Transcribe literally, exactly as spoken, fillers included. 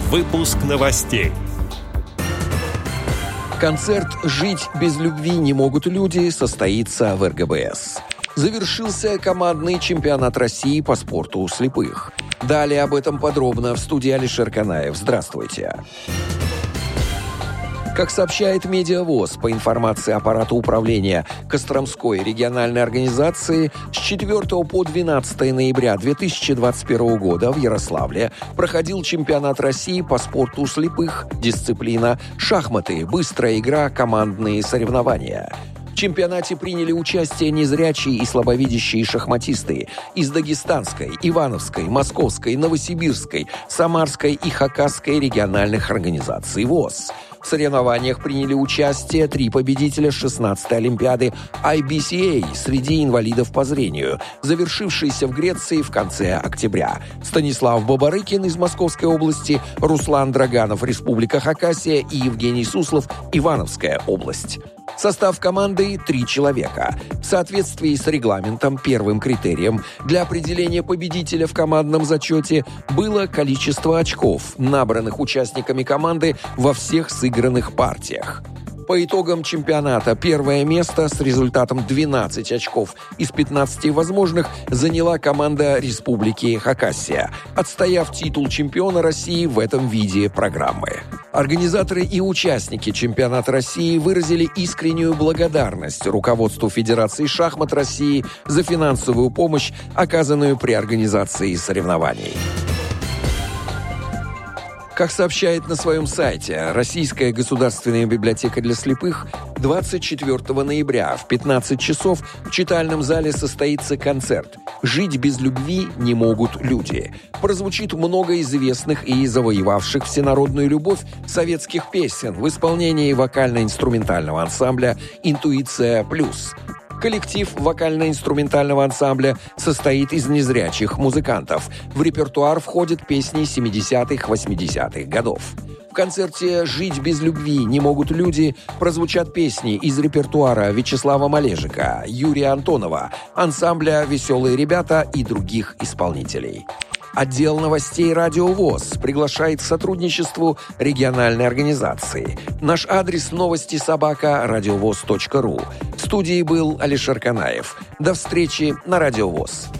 Выпуск новостей. Концерт «Жить без любви не могут люди» состоится в эр гэ бэ эс. Завершился командный чемпионат России по спорту у слепых. Далее об этом подробно в студии Алишер Канаев. Здравствуйте. Как сообщает Медиавоз, по информации аппарата управления Костромской региональной организации, с четвёртого по двенадцатое ноября две тысячи двадцать первого года в Ярославле проходил чемпионат России по спорту у слепых, дисциплина шахматы, быстрая игра, командные соревнования. В чемпионате приняли участие незрячие и слабовидящие шахматисты из Дагестанской, Ивановской, Московской, Новосибирской, Самарской и Хакасской региональных организаций ВОС. В соревнованиях приняли участие три победителя шестнадцатой Олимпиады ай би си эй среди инвалидов по зрению, завершившейся в Греции в конце октября. Станислав Бабарыкин из Московской области, Руслан Драганов, Республика Хакасия и Евгений Суслов, Ивановская область. Состав команды – три человека. В соответствии с регламентом первым критерием для определения победителя в командном зачете было количество очков, набранных участниками команды во всех сыгранных партиях. По итогам чемпионата первое место с результатом двенадцать очков из пятнадцати возможных заняла команда Республики Хакасия, отстояв титул чемпиона России в этом виде программы. Организаторы и участники чемпионата России выразили искреннюю благодарность руководству Федерации шахмат России за финансовую помощь, оказанную при организации соревнований. Как сообщает на своем сайте Российская государственная библиотека для слепых, двадцать четвёртого ноября в пятнадцать часов в читальном зале состоится концерт «Жить без любви не могут люди». Прозвучит много известных и завоевавших всенародную любовь советских песен в исполнении вокально-инструментального ансамбля «Интуиция плюс». Коллектив вокально-инструментального ансамбля состоит из незрячих музыкантов. В репертуар входят песни семидесятых-восьмидесятых годов. В концерте «Жить без любви не могут люди» прозвучат песни из репертуара Вячеслава Малежика, Юрия Антонова, ансамбля «Веселые ребята» и других исполнителей. Отдел новостей «Радио ВОС» приглашает к сотрудничеству региональной организации. Наш адрес новости собака радиовоз точка ру. В студии был Алишер Канаев. До встречи на «Радио ВОС».